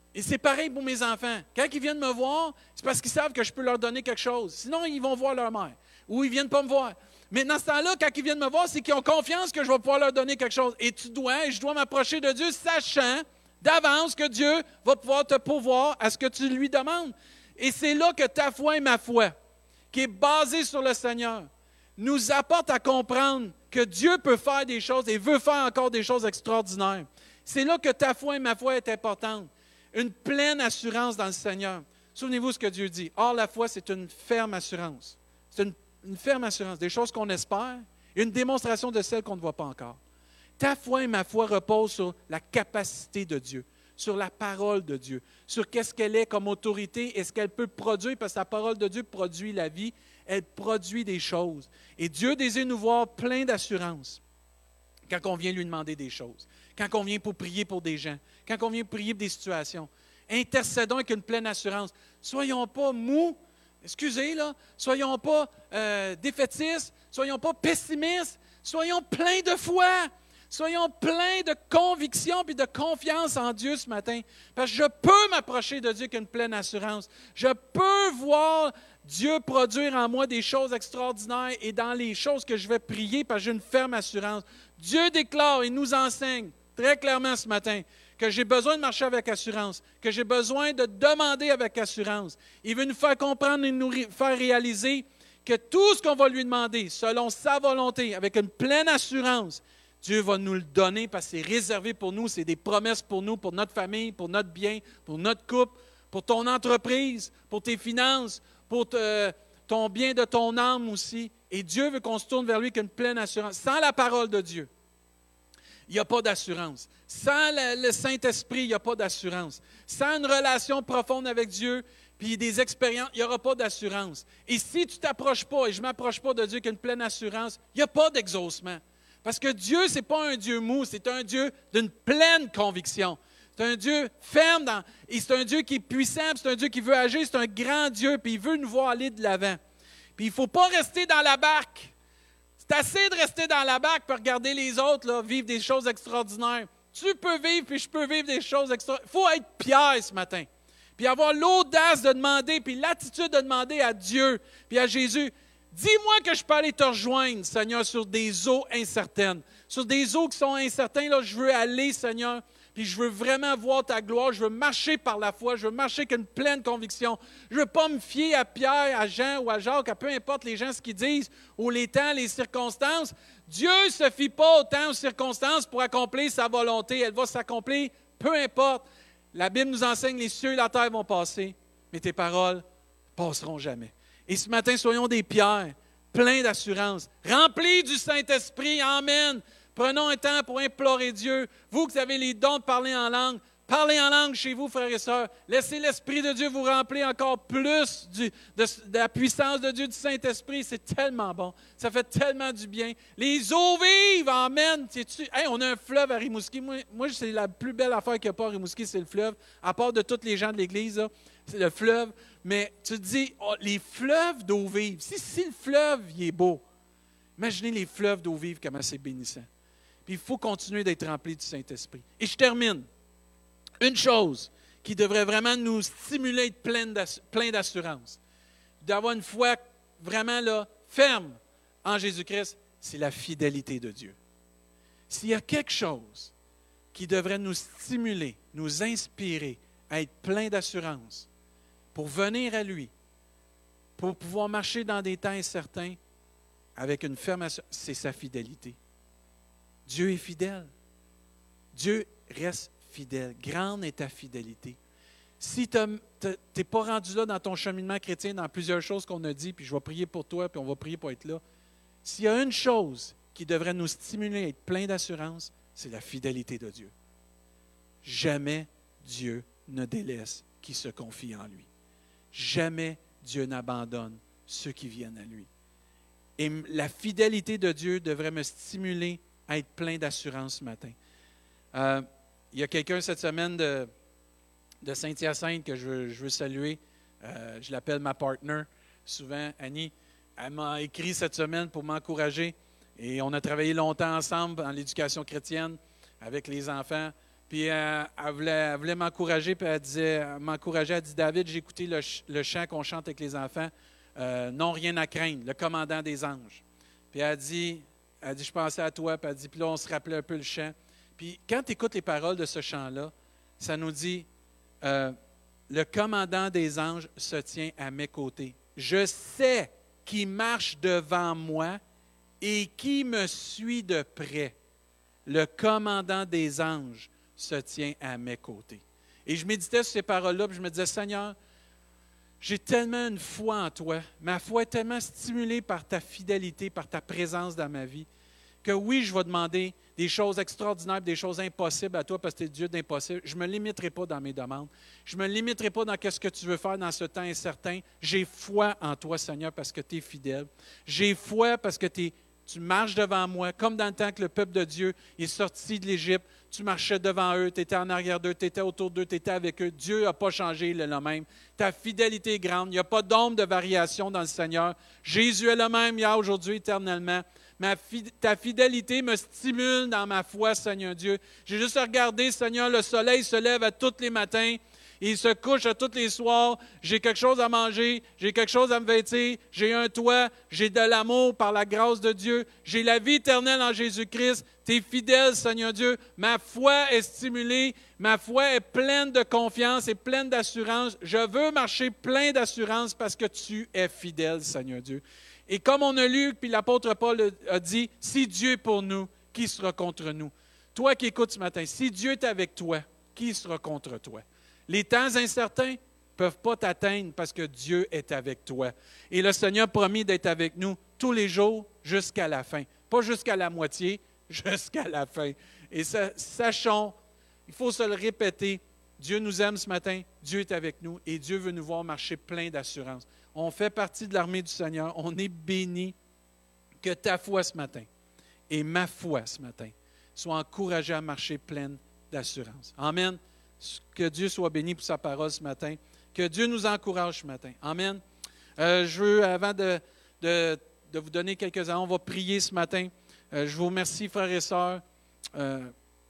Et c'est pareil pour mes enfants. Quand ils viennent me voir, c'est parce qu'ils savent que je peux leur donner quelque chose. Sinon, ils vont voir leur mère. Ou ils ne viennent pas me voir. Mais dans ce temps-là, quand ils viennent me voir, c'est qu'ils ont confiance que je vais pouvoir leur donner quelque chose. Et tu dois, et je dois m'approcher de Dieu, sachant d'avance que Dieu va pouvoir te pourvoir à ce que tu lui demandes. Et c'est là que ta foi et ma foi, qui est basée sur le Seigneur, nous apporte à comprendre que Dieu peut faire des choses et veut faire encore des choses extraordinaires. C'est là que ta foi et ma foi est importante. Une pleine assurance dans le Seigneur. Souvenez-vous ce que Dieu dit. Or, la foi, c'est une ferme assurance. C'est une, une ferme assurance, des choses qu'on espère et une démonstration de celles qu'on ne voit pas encore. Ta foi et ma foi reposent sur la capacité de Dieu, sur la parole de Dieu, sur qu'est-ce qu'elle est comme autorité et ce qu'elle peut produire, parce que la parole de Dieu produit la vie, elle produit des choses. Et Dieu désire nous voir plein d'assurance quand on vient lui demander des choses, quand on vient pour prier pour des gens, quand on vient prier pour des situations. Intercédons avec une pleine assurance. Soyons pas mous, excusez, là, soyons pas euh, défaitistes, soyons pas pessimistes, soyons pleins de foi. Soyons pleins de conviction et de confiance en Dieu ce matin. Parce que je peux m'approcher de Dieu avec une pleine assurance. Je peux voir Dieu produire en moi des choses extraordinaires et dans les choses que je vais prier parce que j'ai une ferme assurance. Dieu déclare et nous enseigne très clairement ce matin que j'ai besoin de marcher avec assurance, que j'ai besoin de demander avec assurance. Il veut nous faire comprendre et nous faire réaliser que tout ce qu'on va lui demander, selon sa volonté, avec une pleine assurance, Dieu va nous le donner parce que c'est réservé pour nous, c'est des promesses pour nous, pour notre famille, pour notre bien, pour notre couple, pour ton entreprise, pour tes finances, pour te, ton bien de ton âme aussi. Et Dieu veut qu'on se tourne vers lui avec une pleine assurance. Sans la parole de Dieu, il n'y a pas d'assurance. Sans le, le Saint-Esprit, il n'y a pas d'assurance. Sans une relation profonde avec Dieu, puis des expériences, il n'y aura pas d'assurance. Et si tu ne t'approches pas, et je ne m'approche pas de Dieu avec une pleine assurance, il n'y a pas d'exaucement. Parce que Dieu, ce n'est pas un Dieu mou, c'est un Dieu d'une pleine conviction. C'est un Dieu ferme, dans, et c'est un Dieu qui est puissant, c'est un Dieu qui veut agir, c'est un grand Dieu, puis il veut nous voir aller de l'avant. Puis il ne faut pas rester dans la barque. C'est assez de rester dans la barque pour regarder les autres là, vivre des choses extraordinaires. Tu peux vivre, puis je peux vivre des choses extraordinaires. Il faut être Pierre ce matin, puis avoir l'audace de demander, puis l'attitude de demander à Dieu, puis à Jésus, dis-moi que je peux aller te rejoindre, Seigneur, sur des eaux incertaines. Sur des eaux qui sont incertaines, là, je veux aller, Seigneur, puis je veux vraiment voir ta gloire. Je veux marcher par la foi. Je veux marcher avec une pleine conviction. Je ne veux pas me fier à Pierre, à Jean ou à Jacques, à peu importe les gens ce qu'ils disent, ou les temps, les circonstances. Dieu ne se fie pas au temps, aux circonstances pour accomplir sa volonté. Elle va s'accomplir, peu importe. La Bible nous enseigne les cieux et la terre vont passer, mais tes paroles ne passeront jamais. Et ce matin, soyons des pierres, pleins d'assurance, remplis du Saint-Esprit. Amen. Prenons un temps pour implorer Dieu. Vous qui avez les dons de parler en langue, parlez en langue chez vous, frères et sœurs. Laissez l'Esprit de Dieu vous remplir encore plus du, de, de la puissance de Dieu, du Saint-Esprit. C'est tellement bon. Ça fait tellement du bien. Les eaux vives, amen. Hey, on a un fleuve à Rimouski. Moi, moi, c'est la plus belle affaire qu'il n'y a pas à Rimouski, c'est le fleuve. À part de tous les gens de l'Église, là, c'est le fleuve. Mais tu te dis, oh, les fleuves d'eau vive, si, si le fleuve il est beau, imaginez les fleuves d'eau vive, comment c'est bénissant. Puis il faut continuer d'être rempli du Saint-Esprit. Et je termine. Une chose qui devrait vraiment nous stimuler à être plein d'assurance, d'avoir une foi vraiment là, ferme en Jésus-Christ, c'est la fidélité de Dieu. S'il y a quelque chose qui devrait nous stimuler, nous inspirer à être plein d'assurance, pour venir à lui, pour pouvoir marcher dans des temps incertains avec une ferme assurance, c'est sa fidélité. Dieu est fidèle. Dieu reste fidèle. Grande est ta fidélité. Si tu n'es pas rendu là dans ton cheminement chrétien, dans plusieurs choses qu'on a dit, puis je vais prier pour toi, puis on va prier pour être là, s'il y a une chose qui devrait nous stimuler à être plein d'assurance, c'est la fidélité de Dieu. Jamais Dieu ne délaisse qui se confie en lui. Jamais Dieu n'abandonne ceux qui viennent à lui. Et la fidélité de Dieu devrait me stimuler à être plein d'assurance ce matin. Euh, il y a quelqu'un cette semaine de, de Saint-Hyacinthe que je veux, je veux saluer. Euh, je l'appelle ma partner, souvent, Annie. Elle m'a écrit cette semaine pour m'encourager. Et on a travaillé longtemps ensemble dans l'éducation chrétienne avec les enfants. Puis euh, elle voulait, elle voulait m'encourager, puis elle disait, elle m'encourageait, elle dit, David, j'ai écouté le, ch- le chant qu'on chante avec les enfants, euh, non rien à craindre, le commandant des anges. Puis elle dit, elle dit, je pensais à toi, puis elle dit, puis là on se rappelait un peu le chant. Puis quand tu écoutes les paroles de ce chant-là, ça nous dit, euh, le commandant des anges se tient à mes côtés. Je sais qui marche devant moi et qui me suit de près. Le commandant des anges se tient à mes côtés. Et je méditais sur ces paroles-là, puis je me disais, Seigneur, j'ai tellement une foi en toi. Ma foi est tellement stimulée par ta fidélité, par ta présence dans ma vie, que oui, je vais demander des choses extraordinaires, des choses impossibles à toi parce que tu es Dieu d'impossible. Je ne me limiterai pas dans mes demandes. Je ne me limiterai pas dans ce que tu veux faire dans ce temps incertain. J'ai foi en toi, Seigneur, parce que tu es fidèle. J'ai foi parce que tu es Tu marches devant moi, comme dans le temps que le peuple de Dieu est sorti de l'Égypte. Tu marchais devant eux, tu étais en arrière d'eux, tu étais autour d'eux, tu étais avec eux. Dieu n'a pas changé, il est le même. Ta fidélité est grande. Il n'y a pas d'ombre de variation dans le Seigneur. Jésus est le même hier, aujourd'hui, éternellement. Ma fi- ta fidélité me stimule dans ma foi, Seigneur Dieu. J'ai juste à regarder, Seigneur, le soleil se lève à tous les matins. Il se couche à tous les soirs. J'ai quelque chose à manger, j'ai quelque chose à me vêtir, j'ai un toit, j'ai de l'amour par la grâce de Dieu, j'ai la vie éternelle en Jésus-Christ. Tu es fidèle, Seigneur Dieu. Ma foi est stimulée, ma foi est pleine de confiance et pleine d'assurance. Je veux marcher plein d'assurance parce que tu es fidèle, Seigneur Dieu. Et comme on a lu, puis l'apôtre Paul a dit, si Dieu est pour nous, qui sera contre nous? Toi qui écoutes ce matin, si Dieu est avec toi, qui sera contre toi? Les temps incertains ne peuvent pas t'atteindre parce que Dieu est avec toi. Et le Seigneur a promis d'être avec nous tous les jours jusqu'à la fin. Pas jusqu'à la moitié, jusqu'à la fin. Et ça, sachons, il faut se le répéter, Dieu nous aime ce matin, Dieu est avec nous et Dieu veut nous voir marcher plein d'assurance. On fait partie de l'armée du Seigneur, on est béni. Que ta foi ce matin et ma foi ce matin soient encouragées à marcher pleine d'assurance. Amen. Que Dieu soit béni pour sa parole ce matin. Que Dieu nous encourage ce matin. Amen. Euh, je veux, avant de, de, de vous donner quelques instants, on va prier ce matin. Euh, je vous remercie, frères et sœurs, euh,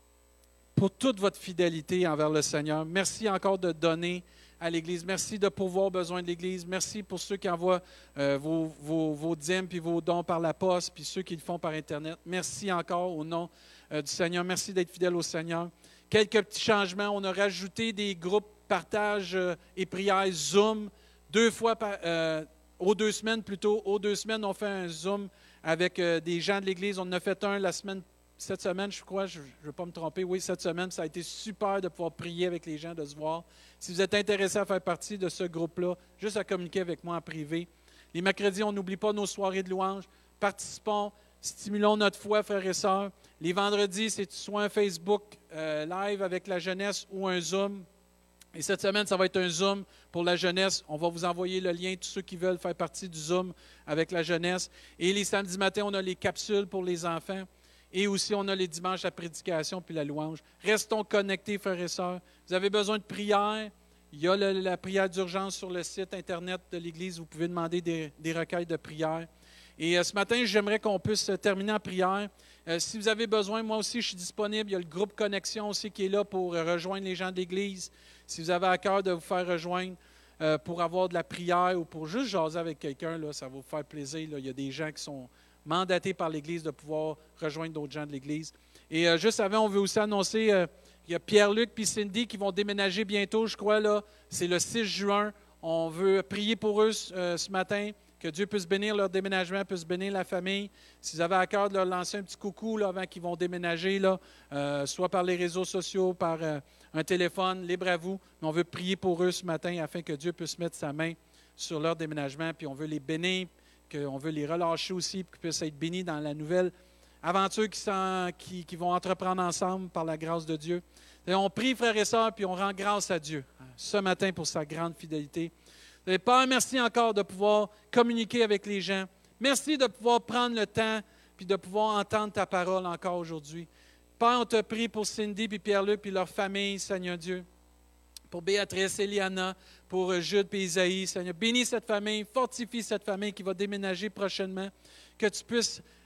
pour toute votre fidélité envers le Seigneur. Merci encore de donner à l'Église. Merci de pourvoir aux besoins de l'Église. Merci pour ceux qui envoient euh, vos, vos, vos dîmes puis vos dons par la poste, puis ceux qui le font par Internet. Merci encore au nom euh, du Seigneur. Merci d'être fidèle au Seigneur. Quelques petits changements. On a rajouté des groupes partage euh, et prières Zoom deux fois par, euh, aux deux semaines plutôt. Aux deux semaines, on fait un Zoom avec euh, des gens de l'Église. On en a fait un la semaine, cette semaine, je crois, je ne veux pas me tromper. Oui, cette semaine, ça a été super de pouvoir prier avec les gens, de se voir. Si vous êtes intéressé à faire partie de ce groupe-là, juste à communiquer avec moi en privé. Les mercredis, on n'oublie pas nos soirées de louanges. Participons. Stimulons notre foi, frères et sœurs. Les vendredis, c'est soit un Facebook euh, live avec la jeunesse ou un Zoom. Et cette semaine, ça va être un Zoom pour la jeunesse. On va vous envoyer le lien, tous ceux qui veulent faire partie du Zoom avec la jeunesse. Et les samedis matins, on a les capsules pour les enfants. Et aussi, on a les dimanches, la prédication puis la louange. Restons connectés, frères et sœurs. Vous avez besoin de prière. Il y a le, la prière d'urgence sur le site Internet de l'Église. Vous pouvez demander des, des recueils de prière. Et euh, ce matin, j'aimerais qu'on puisse terminer en prière. Euh, si vous avez besoin, moi aussi, je suis disponible. Il y a le groupe Connexion aussi qui est là pour euh, rejoindre les gens de l'Église. Si vous avez à cœur de vous faire rejoindre euh, pour avoir de la prière ou pour juste jaser avec quelqu'un, là, ça va vous faire plaisir. Là. Il y a des gens qui sont mandatés par l'Église de pouvoir rejoindre d'autres gens de l'Église. Et euh, juste avant, on veut aussi annoncer, euh, il y a Pierre-Luc et Cindy qui vont déménager bientôt, je crois. Là, c'est le six juin. On veut prier pour eux euh, ce matin. Que Dieu puisse bénir leur déménagement, puisse bénir la famille. Si vous avez à cœur de leur lancer un petit coucou là, avant qu'ils vont déménager, là, euh, soit par les réseaux sociaux, par euh, un téléphone, libre à vous. Mais on veut prier pour eux ce matin afin que Dieu puisse mettre sa main sur leur déménagement. Puis on veut les bénir, qu'on veut les relâcher aussi, pour qu'ils puissent être bénis dans la nouvelle aventure qu'ils qui, qui vont entreprendre ensemble par la grâce de Dieu. Et on prie, frères et sœurs, puis on rend grâce à Dieu ce matin pour sa grande fidélité. Et Père, merci encore de pouvoir communiquer avec les gens. Merci de pouvoir prendre le temps puis de pouvoir entendre ta parole encore aujourd'hui. Père, on te prie pour Cindy puis Pierre-Luc puis leur famille, Seigneur Dieu. Pour Béatrice, Eliana, pour Jude et Isaïe, Seigneur. Bénis cette famille, fortifie cette famille qui va déménager prochainement. Que tu puisses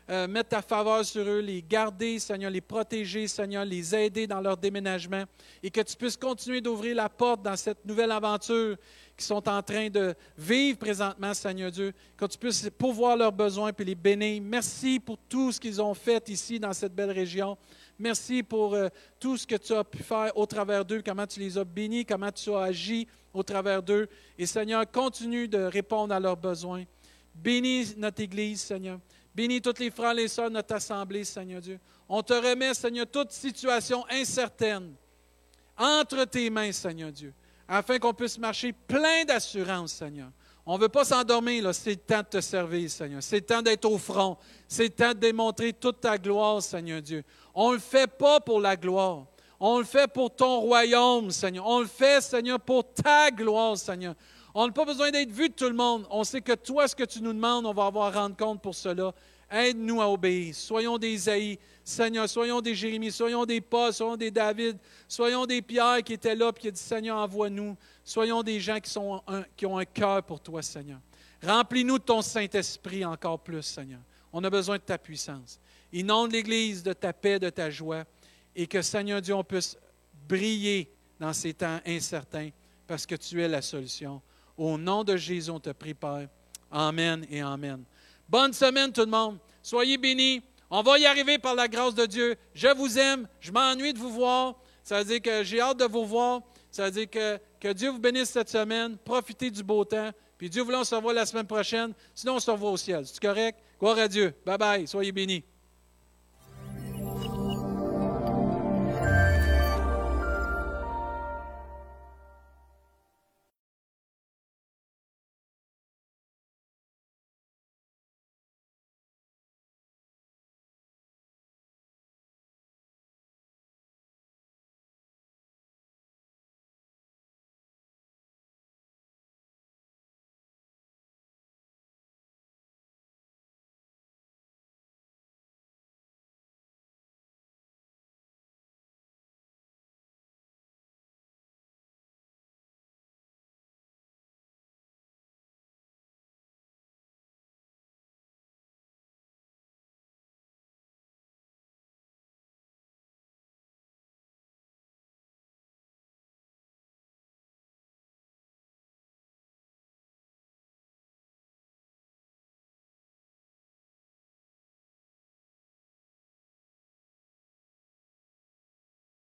euh, mettre ta faveur sur eux, les garder, Seigneur, les protéger, Seigneur, les aider dans leur déménagement et que tu puisses continuer d'ouvrir la porte dans cette nouvelle aventure qu'ils sont en train de vivre présentement, Seigneur Dieu, que tu puisses pourvoir leurs besoins et les bénir. Merci pour tout ce qu'ils ont fait ici dans cette belle région. Merci pour euh, tout ce que tu as pu faire au travers d'eux, comment tu les as bénis, comment tu as agi au travers d'eux. Et Seigneur, continue de répondre à leurs besoins. Bénis notre Église, Seigneur. Bénis tous les frères et les sœurs de notre assemblée, Seigneur Dieu. On te remet, Seigneur, toute situation incertaine entre tes mains, Seigneur Dieu, afin qu'on puisse marcher plein d'assurance, Seigneur. On ne veut pas s'endormir, là. C'est le temps de te servir, Seigneur. C'est le temps d'être au front. C'est le temps de démontrer toute ta gloire, Seigneur Dieu. On ne le fait pas pour la gloire. On le fait pour ton royaume, Seigneur. On le fait, Seigneur, pour ta gloire, Seigneur. On n'a pas besoin d'être vu de tout le monde. On sait que toi, ce que tu nous demandes, on va avoir à rendre compte pour cela. Aide-nous à obéir. Soyons des Isaïe, Seigneur. Soyons des Jérémie. Soyons des Paul. Soyons des David. Soyons des Pierre qui étaient là et qui a dit, Seigneur, envoie-nous. Soyons des gens qui, sont un, qui ont un cœur pour toi, Seigneur. Remplis-nous de ton Saint-Esprit encore plus, Seigneur. On a besoin de ta puissance. Inonde l'Église de ta paix, de ta joie, et que, Seigneur Dieu, on puisse briller dans ces temps incertains, parce que tu es la solution. Au nom de Jésus, on te prie, Père. Amen et Amen. Bonne semaine, tout le monde. Soyez bénis. On va y arriver par la grâce de Dieu. Je vous aime. Je m'ennuie de vous voir. Ça veut dire que j'ai hâte de vous voir. Ça veut dire que, que Dieu vous bénisse cette semaine. Profitez du beau temps. Puis Dieu voulant, on se revoit la semaine prochaine. Sinon, on se revoit au ciel. C'est correct? Gloire à Dieu. Bye bye. Soyez bénis.